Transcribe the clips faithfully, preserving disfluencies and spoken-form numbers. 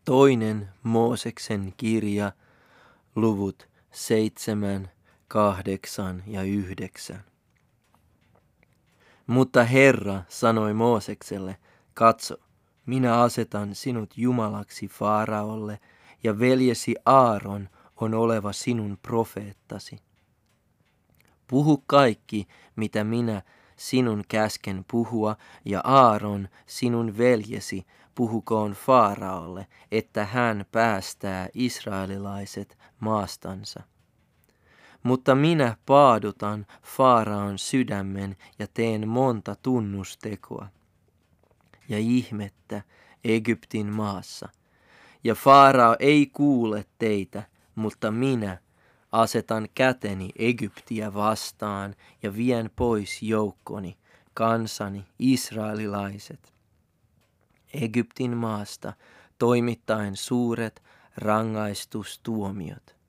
Toinen Mooseksen kirja, luvut seitsemän, kahdeksan ja yhdeksän. Mutta Herra sanoi Moosekselle, katso, minä asetan sinut jumalaksi Faaraolle, ja veljesi Aaron on oleva sinun profeettasi. Puhu kaikki, mitä minä sinun käsken puhua, ja Aaron, sinun veljesi, puhukoon Faaraolle, että hän päästää israelilaiset maastansa. Mutta minä paadutan Faaraon sydämen ja teen monta tunnustekoa ja ihmettä Egyptin maassa. Ja Faarao ei kuule teitä, mutta minä asetan käteni Egyptiä vastaan ja vien pois joukkoni, kansani, israelilaiset, Egyptin maasta toimittaen suuret rangaistustuomiot.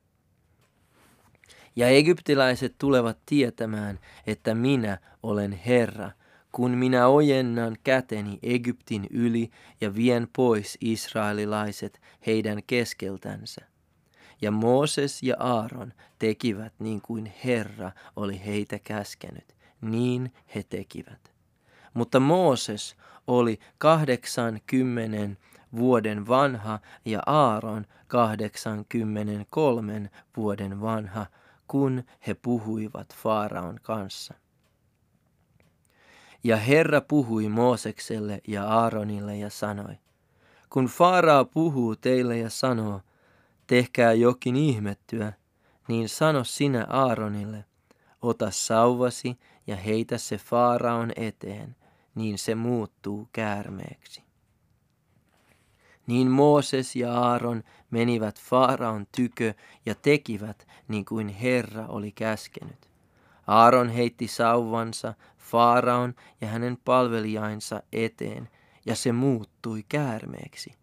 Ja egyptiläiset tulevat tietämään, että minä olen Herra, kun minä ojennan käteni Egyptin yli ja vien pois israelilaiset heidän keskeltänsä. Ja Mooses ja Aaron tekivät niin kuin Herra oli heitä käskenyt, niin he tekivät. Mutta Mooses oli kahdeksankymmenen vuoden vanha ja Aaron kahdeksankymmentä kolmen vuoden vanha, kun he puhuivat Faaraon kanssa. Ja Herra puhui Moosekselle ja Aaronille ja sanoi, kun Faarao puhuu teille ja sanoo, tehkää jokin ihmettyä, niin sano sinä Aaronille, ota sauvasi ja heitä se Faaraon eteen, niin se muuttuu käärmeeksi. Niin Mooses ja Aaron menivät Faaraon tykö ja tekivät niin kuin Herra oli käskenyt. Aaron heitti sauvansa Faaraon ja hänen palvelijainsa eteen, ja se muuttui käärmeeksi.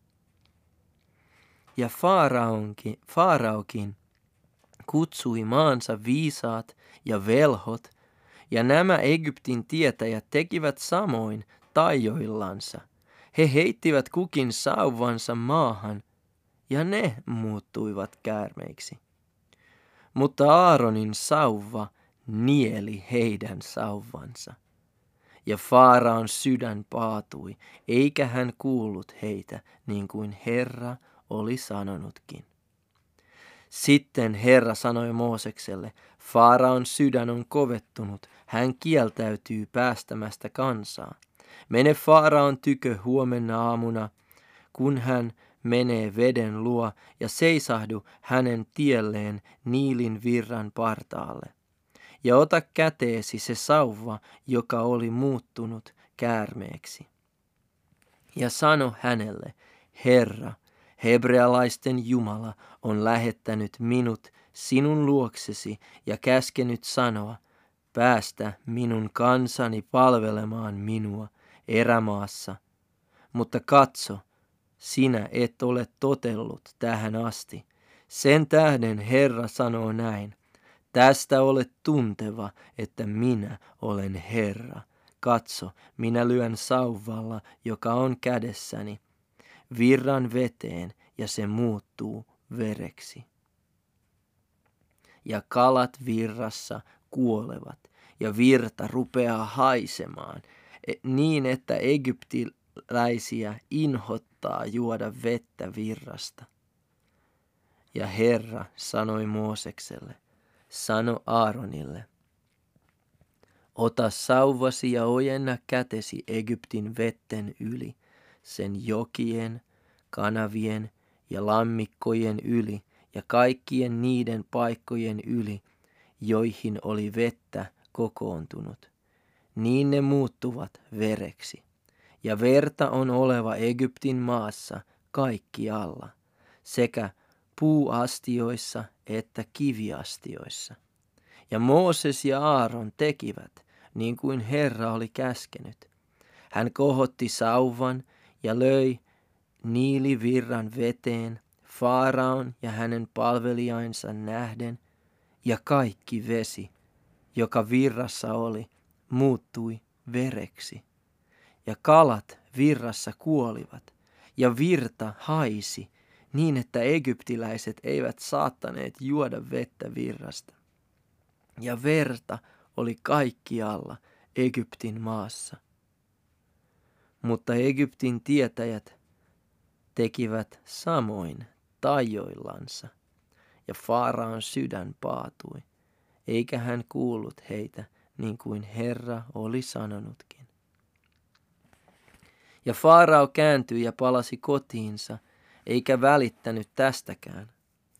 Ja Faaraonkin, Faaraokin kutsui maansa viisaat ja velhot, ja nämä Egyptin tietäjät tekivät samoin taijoillansa. He heittivät kukin sauvansa maahan, ja ne muuttuivat käärmeiksi. Mutta Aaronin sauva nieli heidän sauvansa. Ja Faaraon sydän paatui, eikä hän kuullut heitä, niin kuin Herra oli sanonutkin. Sitten Herra sanoi Moosekselle, Faaraon sydän on kovettunut, hän kieltäytyy päästämästä kansaa. Mene Faaraon tykö huomenna aamuna, kun hän menee veden luo, ja seisahdu hänen tielleen Niilin virran partaalle. Ja ota käteesi se sauva, joka oli muuttunut käärmeeksi. Ja sano hänelle, Herra, hebrealaisten Jumala on lähettänyt minut sinun luoksesi ja käskenyt sanoa, päästä minun kansani palvelemaan minua erämaassa. Mutta katso, sinä et ole totellut tähän asti. Sen tähden Herra sanoo näin, tästä olet tunteva, että minä olen Herra. Katso, minä lyön sauvalla, joka on kädessäni, virran veteen, ja se muuttuu vereksi. Ja kalat virrassa kuolevat, ja virta rupeaa haisemaan, niin että egyptiläisiä inhottaa juoda vettä virrasta. Ja Herra sanoi Moosekselle, sano Aaronille, ota sauvasi ja ojenna kätesi Egyptin vetten yli, sen jokien, kanavien ja lammikkojen yli ja kaikkien niiden paikkojen yli, joihin oli vettä kokoontunut. Niin ne muuttuvat vereksi. Ja verta on oleva Egyptin maassa kaikkialla, sekä puuastioissa että kiviastioissa. Ja Mooses ja Aaron tekivät, niin kuin Herra oli käskenyt. Hän kohotti sauvan ja löi Niilivirran veteen Faaraon ja hänen palvelijainsa nähden, ja kaikki vesi, joka virrassa oli, muuttui vereksi. Ja kalat virrassa kuolivat, ja virta haisi, niin että egyptiläiset eivät saattaneet juoda vettä virrasta. Ja verta oli kaikkialla Egyptin maassa. Mutta Egyptin tietäjät tekivät samoin tajoillansa, ja Faaraon sydän paatui, eikä hän kuullut heitä niin kuin Herra oli sanonutkin. Ja Faarao kääntyi ja palasi kotiinsa, eikä välittänyt tästäkään.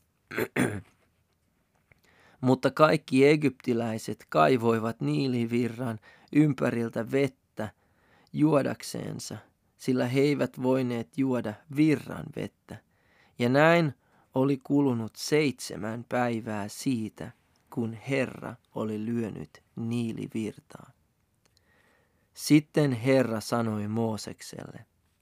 Mutta kaikki egyptiläiset kaivoivat Niilivirran ympäriltä vettä juodakseensa, sillä he eivät voineet juoda virran vettä. Ja näin oli kulunut seitsemän päivää siitä, kun Herra oli lyönyt Niilivirtaa. Sitten Herra sanoi Moosekselle,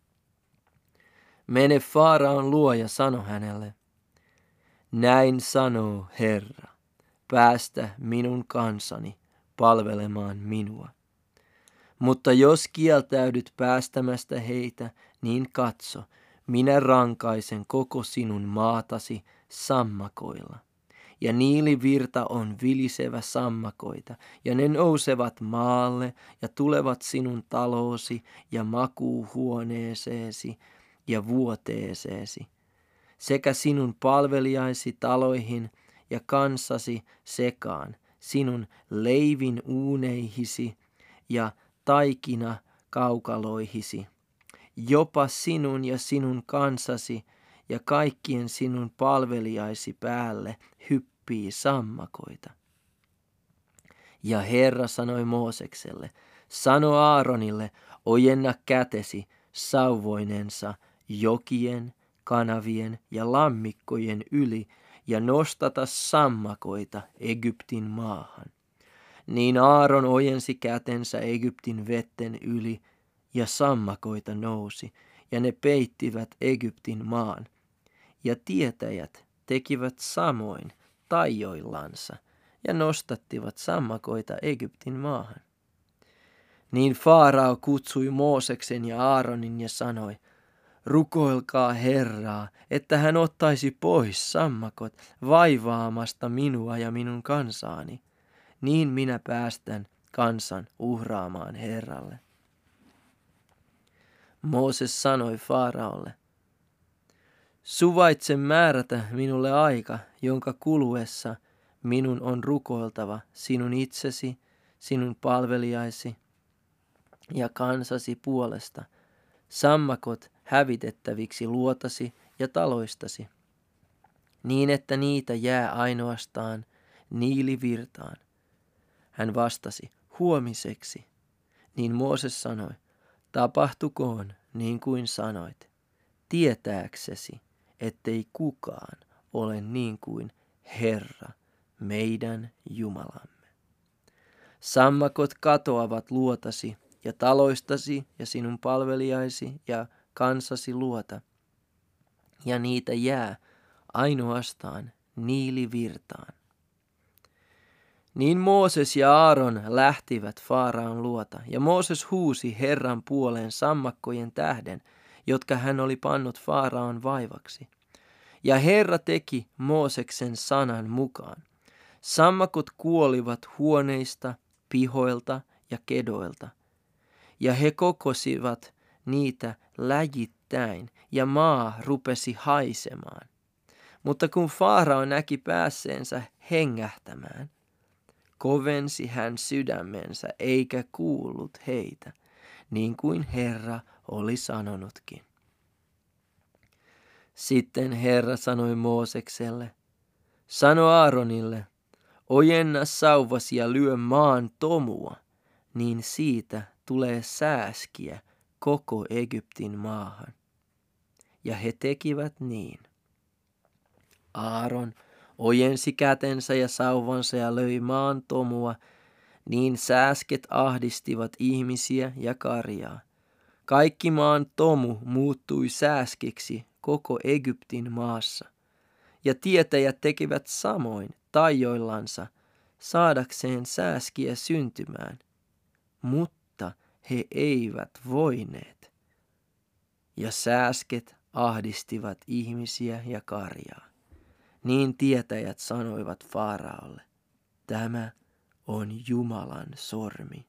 mene Faaraon luo ja sano hänelle, näin sanoo Herra, päästä minun kansani palvelemaan minua. Mutta jos kieltäydyt päästämästä heitä, niin katso, minä rankaisen koko sinun maatasi sammakoilla. Ja Niilivirta on vilisevä sammakoita, ja ne nousevat maalle ja tulevat sinun taloosi ja makuuhuoneeseesi ja vuoteeseesi, sekä sinun palvelijaisi taloihin ja kansasi sekaan, sinun leivin uuneihisi ja taikina kaukaloihisi, jopa sinun ja sinun kansasi ja kaikkien sinun palvelijaisi päälle hyppii sammakoita. Ja Herra sanoi Moosekselle, sano Aaronille, ojenna kätesi sauvoinensa jokien, kanavien ja lammikkojen yli ja nostata sammakoita Egyptin maahan. Niin Aaron ojensi kätensä Egyptin vetten yli ja sammakoita nousi ja ne peittivät Egyptin maan. Ja tietäjät tekivät samoin tajoillansa ja nostattivat sammakoita Egyptin maahan. Niin Faarao kutsui Mooseksen ja Aaronin ja sanoi, rukoilkaa Herraa, että hän ottaisi pois sammakot vaivaamasta minua ja minun kansaani. Niin minä päästän kansan uhraamaan Herralle. Mooses sanoi Faaraolle, suvaitse määrätä minulle aika, jonka kuluessa minun on rukoiltava sinun itsesi, sinun palvelijaisi ja kansasi puolesta, sammakot hävitettäviksi luotasi ja taloistasi, niin että niitä jää ainoastaan Niilivirtaan. Hän vastasi, huomiseksi. Niin Mooses sanoi, tapahtukoon niin kuin sanoit, tietääksesi, ettei kukaan ole niin kuin Herra, meidän Jumalamme. Sammakot katoavat luotasi ja taloistasi ja sinun palvelijaisi ja kansasi luota, ja niitä jää ainoastaan Niilivirtaan. Niin Mooses ja Aaron lähtivät Faaraon luota, ja Mooses huusi Herran puoleen sammakkojen tähden, jotka hän oli pannut Faaraon vaivaksi. Ja Herra teki Mooseksen sanan mukaan. Sammakot kuolivat huoneista, pihoilta ja kedoilta, ja he kokosivat niitä läjittäin, ja maa rupesi haisemaan. Mutta kun Faarao näki päässeensä hengähtämään, kovensi hän sydämensä eikä kuullut heitä, niin kuin Herra oli sanonutkin. Sitten Herra sanoi Moosekselle, sano Aaronille, ojenna sauvasi ja lyö maan tomua, niin siitä tulee sääskiä koko Egyptin maahan. Ja he tekivät niin. Aaron ojensi kätensä ja sauvansa ja löi maan tomua, niin sääsket ahdistivat ihmisiä ja karjaa. Kaikki maan tomu muuttui sääskiksi koko Egyptin maassa. Ja tietäjät tekivät samoin tajoillansa saadakseen sääskiä syntymään, mutta he eivät voineet. ja sääsket ahdistivat ihmisiä ja karjaa. Niin tietäjät sanoivat Faaraolle, tämä on Jumalan sormi.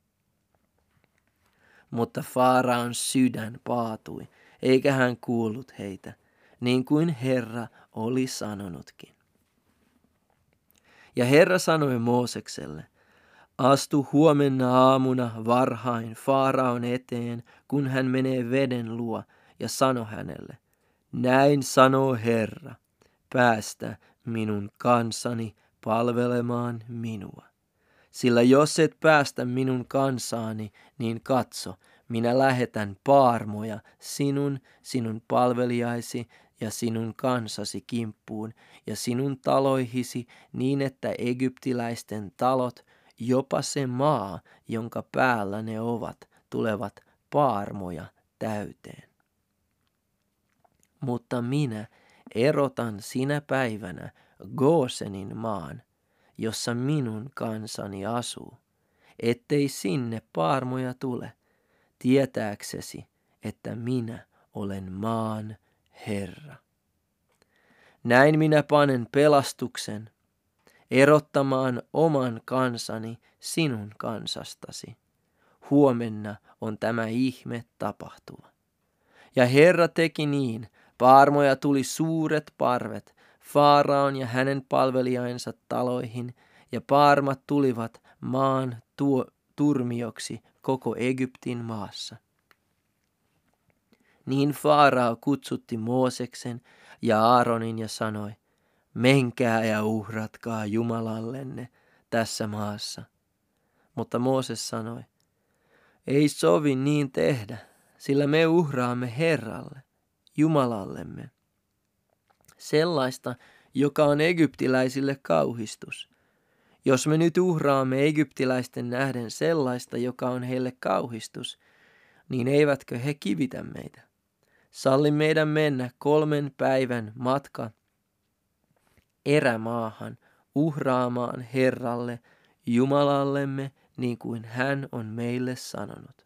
Mutta Faaraon sydän paatui, eikä hän kuullut heitä, niin kuin Herra oli sanonutkin. Ja Herra sanoi Moosekselle, astu huomenna aamuna varhain Faaraon eteen, kun hän menee veden luo, ja sano hänelle, näin sanoo Herra, päästä minun kansani palvelemaan minua. Sillä jos et päästä minun kansaani, niin katso, minä lähetän paarmoja sinun, sinun palvelijaisi ja sinun kansasi kimppuun ja sinun taloihisi niin, että egyptiläisten talot, jopa se maa, jonka päällä ne ovat, tulevat paarmoja täyteen. Mutta minä erotan sinä päivänä Goosenin maan, jossa minun kansani asuu, ettei sinne paarmoja tule, tietääksesi, että minä olen maan Herra. Näin minä panen pelastuksen, erottamaan oman kansani sinun kansastasi. Huomenna on tämä ihme tapahtuva. Ja Herra teki niin, paarmoja tuli suuret parvet, Faaraon ja hänen palvelijainsa taloihin, ja paarmat tulivat maan tuo, turmioksi koko Egyptin maassa. Niin Faarao kutsutti Mooseksen ja Aaronin ja sanoi, menkää ja uhratkaa Jumalallenne tässä maassa. Mutta Mooses sanoi, ei sovi niin tehdä, sillä me uhraamme Herralle, Jumalallemme. Sellaista, joka on egyptiläisille kauhistus. Jos me nyt uhraamme egyptiläisten nähden sellaista, joka on heille kauhistus, niin eivätkö he kivitä meitä? Salli meidän mennä kolmen päivän matka erämaahan uhraamaan Herralle, Jumalallemme, niin kuin hän on meille sanonut.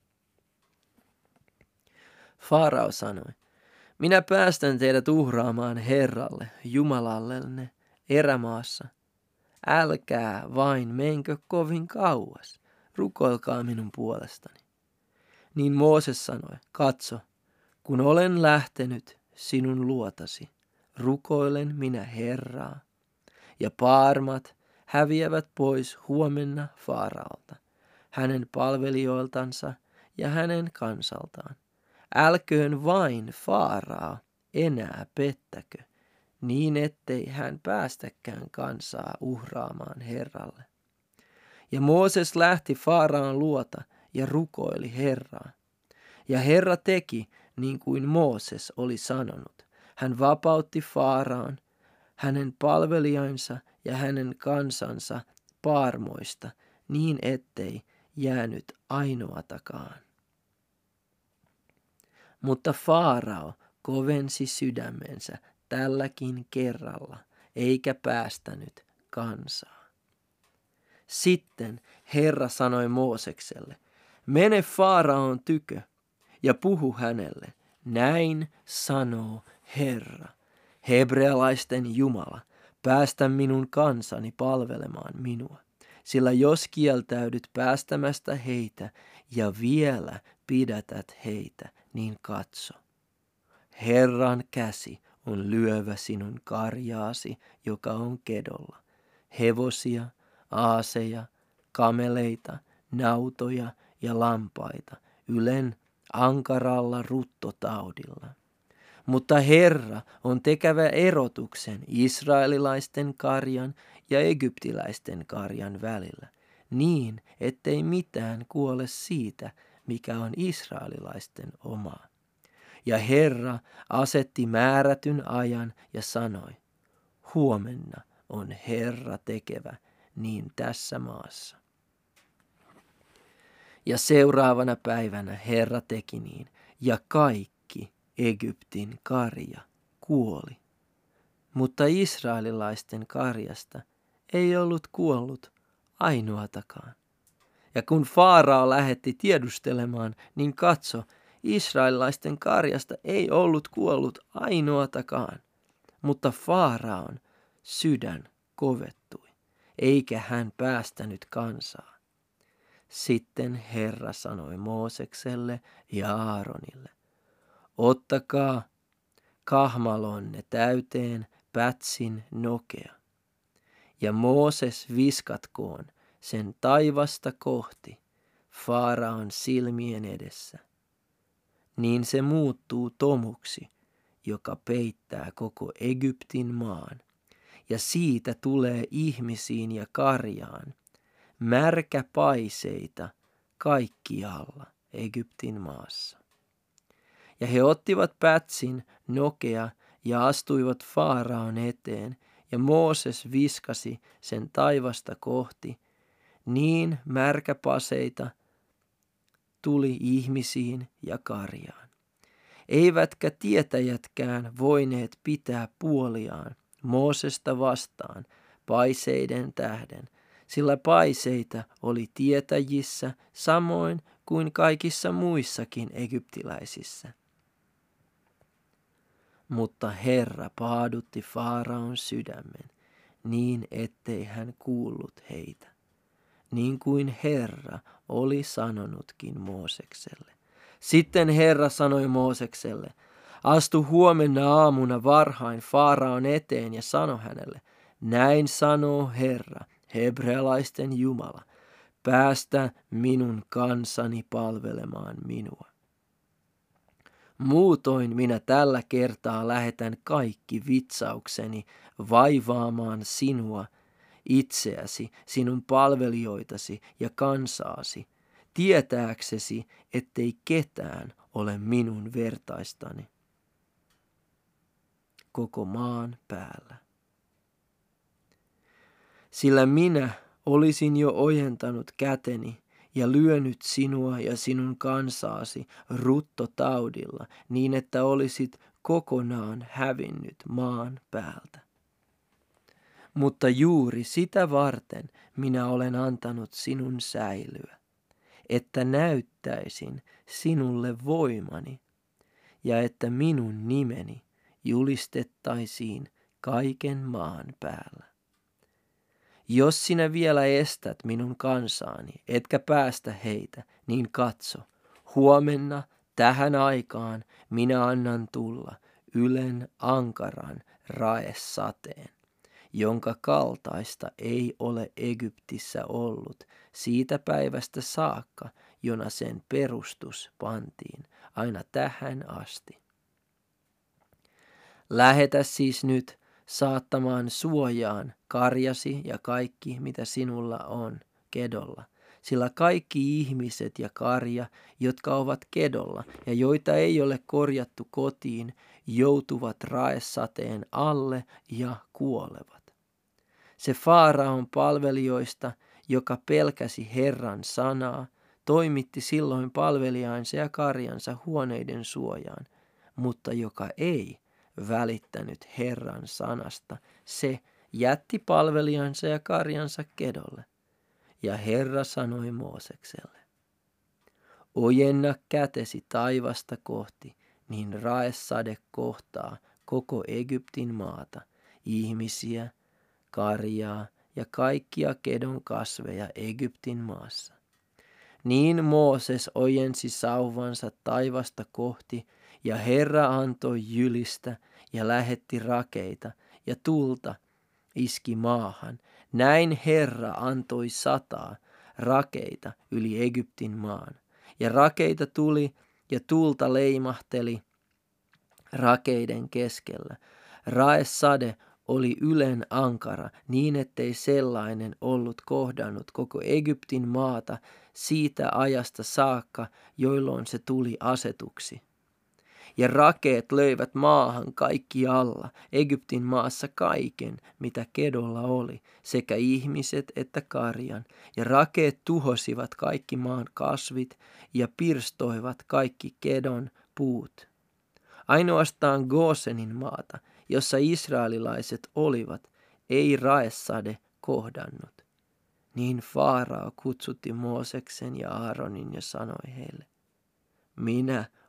Faarao sanoi, minä päästän teidät uhraamaan Herralle, Jumalallenne, erämaassa. Älkää vain menkö kovin kauas, rukoilkaa minun puolestani. Niin Mooses sanoi, katso, kun olen lähtenyt sinun luotasi, rukoilen minä Herraa, ja paarmat häviävät pois huomenna Faaraolta, hänen palvelijoiltansa ja hänen kansaltaan. Älköön vain Faaraa enää pettäkö, niin ettei hän päästäkään kansaa uhraamaan Herralle. Ja Mooses lähti Faaraan luota ja rukoili Herraa. Ja Herra teki niin kuin Mooses oli sanonut. Hän vapautti Faaraan, hänen palvelijansa ja hänen kansansa paarmoista, niin ettei jäänyt ainoatakaan. Mutta Faarao kovensi sydämensä tälläkin kerralla, eikä päästänyt kansaa. Sitten Herra sanoi Moosekselle, mene Faaraon tykö ja puhu hänelle, näin sanoo Herra, hebrealaisten Jumala, päästä minun kansani palvelemaan minua. Sillä jos kieltäydyt päästämästä heitä ja vielä pidätät heitä, niin katso. Herran käsi on lyövä sinun karjaasi, joka on kedolla. Hevosia, aaseja, kameleita, nautoja ja lampaita ylen ankaralla ruttotaudilla. Mutta Herra on tekävä erotuksen israelilaisten karjan ja egyptiläisten karjan välillä, niin ettei mitään kuole siitä, mikä on israelilaisten omaa. Ja Herra asetti määrätyn ajan ja sanoi, huomenna on Herra tekevä niin tässä maassa. Ja seuraavana päivänä Herra teki niin, ja kaikki Egyptin karja kuoli. Mutta israelilaisten karjasta ei ollut kuollut ainoatakaan. Ja kun Faarao lähetti tiedustelemaan, niin katso, israelilaisten karjasta ei ollut kuollut ainoatakaan, mutta Faaraon sydän kovettui, eikä hän päästänyt kansaa. Sitten Herra sanoi Moosekselle ja Aaronille, ottakaa kahmalonne täyteen pätsin nokea, ja Mooses viskatkoon sen taivasta kohti Faaraon silmien edessä. Niin se muuttuu tomuksi, joka peittää koko Egyptin maan, ja siitä tulee ihmisiin ja karjaan märkäpaiseita kaikkialla Egyptin maassa. Ja he ottivat pätsin nokea ja astuivat Faaraon eteen, ja Mooses viskasi sen taivasta kohti, niin märkäpaseita tuli ihmisiin ja karjaan. Eivätkä tietäjätkään voineet pitää puoliaan Moosesta vastaan paiseiden tähden, sillä paiseita oli tietäjissä samoin kuin kaikissa muissakin egyptiläisissä. Mutta Herra paadutti Faaraon sydämen niin, ettei hän kuullut heitä, niin kuin Herra oli sanonutkin Moosekselle. Sitten Herra sanoi Moosekselle, astu huomenna aamuna varhain Faaraon eteen ja sano hänelle, näin sanoo Herra, hebrealaisten Jumala, päästä minun kansani palvelemaan minua. Muutoin minä tällä kertaa lähetän kaikki vitsaukseni vaivaamaan sinua, itseäsi, sinun palvelijoitasi ja kansaasi, tietääksesi, ettei ketään ole minun vertaistani koko maan päällä. Sillä minä olisin jo ojentanut käteni ja lyönyt sinua ja sinun kansaasi ruttotaudilla niin, että olisit kokonaan hävinnyt maan päältä. Mutta juuri sitä varten minä olen antanut sinun säilyä, että näyttäisin sinulle voimani ja että minun nimeni julistettaisiin kaiken maan päällä. Jos sinä vielä estät minun kansaani, etkä päästä heitä, niin katso, huomenna tähän aikaan minä annan tulla ylen ankaran raesateen, jonka kaltaista ei ole Egyptissä ollut siitä päivästä saakka, jona sen perustus pantiin, aina tähän asti. Lähetä siis nyt saattamaan suojaan karjasi ja kaikki, mitä sinulla on, kedolla. Sillä kaikki ihmiset ja karja, jotka ovat kedolla ja joita ei ole korjattu kotiin, joutuvat raesateen alle ja kuolevat. Se Faaraon palvelijoista, joka pelkäsi Herran sanaa, toimitti silloin palvelijaansa ja karjansa huoneiden suojaan, mutta joka ei välittänyt Herran sanasta, se jätti palvelijansa ja karjansa kedolle. Ja Herra sanoi Moosekselle, ojenna kätesi taivasta kohti, niin raesade kohtaa koko Egyptin maata, ihmisiä, karjaa ja kaikkia kedon kasveja Egyptin maassa. Niin Mooses ojensi sauvansa taivasta kohti, ja Herra antoi jylistä ja lähetti rakeita, ja tulta iski maahan. Näin Herra antoi sataa rakeita yli Egyptin maan. Ja rakeita tuli, ja tulta leimahteli rakeiden keskellä. Raesade oli ylen ankara, niin ettei sellainen ollut kohdannut koko Egyptin maata siitä ajasta saakka, jolloin se tuli asetuksi. Ja rakeet löivät maahan kaikki alla, Egyptin maassa kaiken, mitä kedolla oli, sekä ihmiset että karjan. Ja rakeet tuhosivat kaikki maan kasvit ja pirstoivat kaikki kedon puut. Ainoastaan Goosenin maata, jossa israelilaiset olivat, ei raesade kohdannut. Niin Faarao kutsutti Mooseksen ja Aaronin ja sanoi heille, minä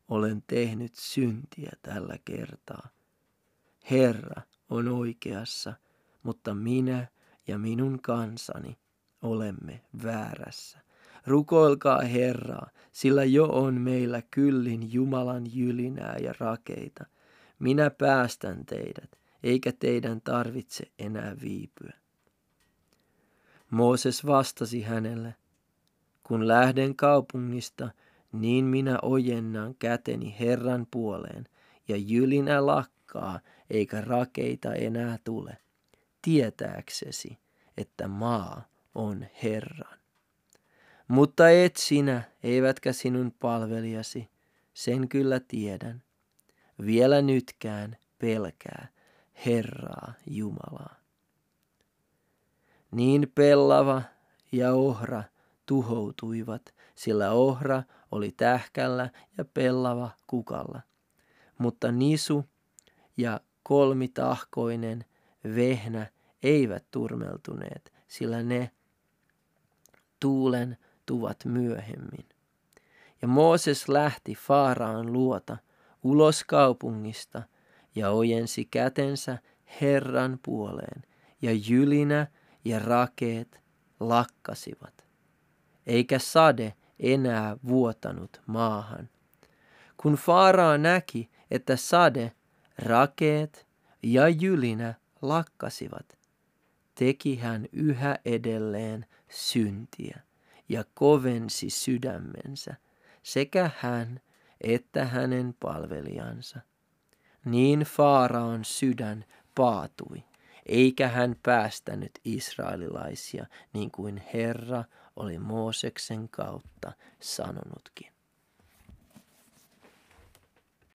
olen tehnyt syntiä tällä kertaa. Herra on oikeassa, mutta minä ja minun kansani olemme väärässä. Rukoilkaa Herraa, sillä jo on meillä kyllin Jumalan jylinää ja rakeita. Minä päästän teidät, eikä teidän tarvitse enää viipyä. Mooses vastasi hänelle, kun lähden kaupungista, niin minä ojennan käteni Herran puoleen, ja jylinä lakkaa, eikä rakeita enää tule, tietääksesi, että maa on Herran. Mutta et sinä, eivätkä sinun palvelijasi, sen kyllä tiedän. Vielä nytkään pelkää Herraa Jumalaa. Niin pellava ja ohra tuhoutuivat, sillä ohra oli tähkällä ja pellava kukalla. Mutta nisu ja kolmitahkoinen vehnä eivät turmeltuneet, sillä ne tuulen tuvat myöhemmin. Ja Mooses lähti Faaraan luota ulos kaupungista ja ojensi kätensä Herran puoleen, ja jylinä ja rakeet lakkasivat, eikä sade enää vuotanut maahan. Kun Faaraa näki, että sade, rakeet ja jylinä lakkasivat, teki hän yhä edelleen syntiä ja kovensi sydämensä, sekä hän että hänen palvelijansa. Niin Faaraon sydän paatui, eikä hän päästänyt israelilaisia, niin kuin Herra oli Mooseksen kautta sanonutkin.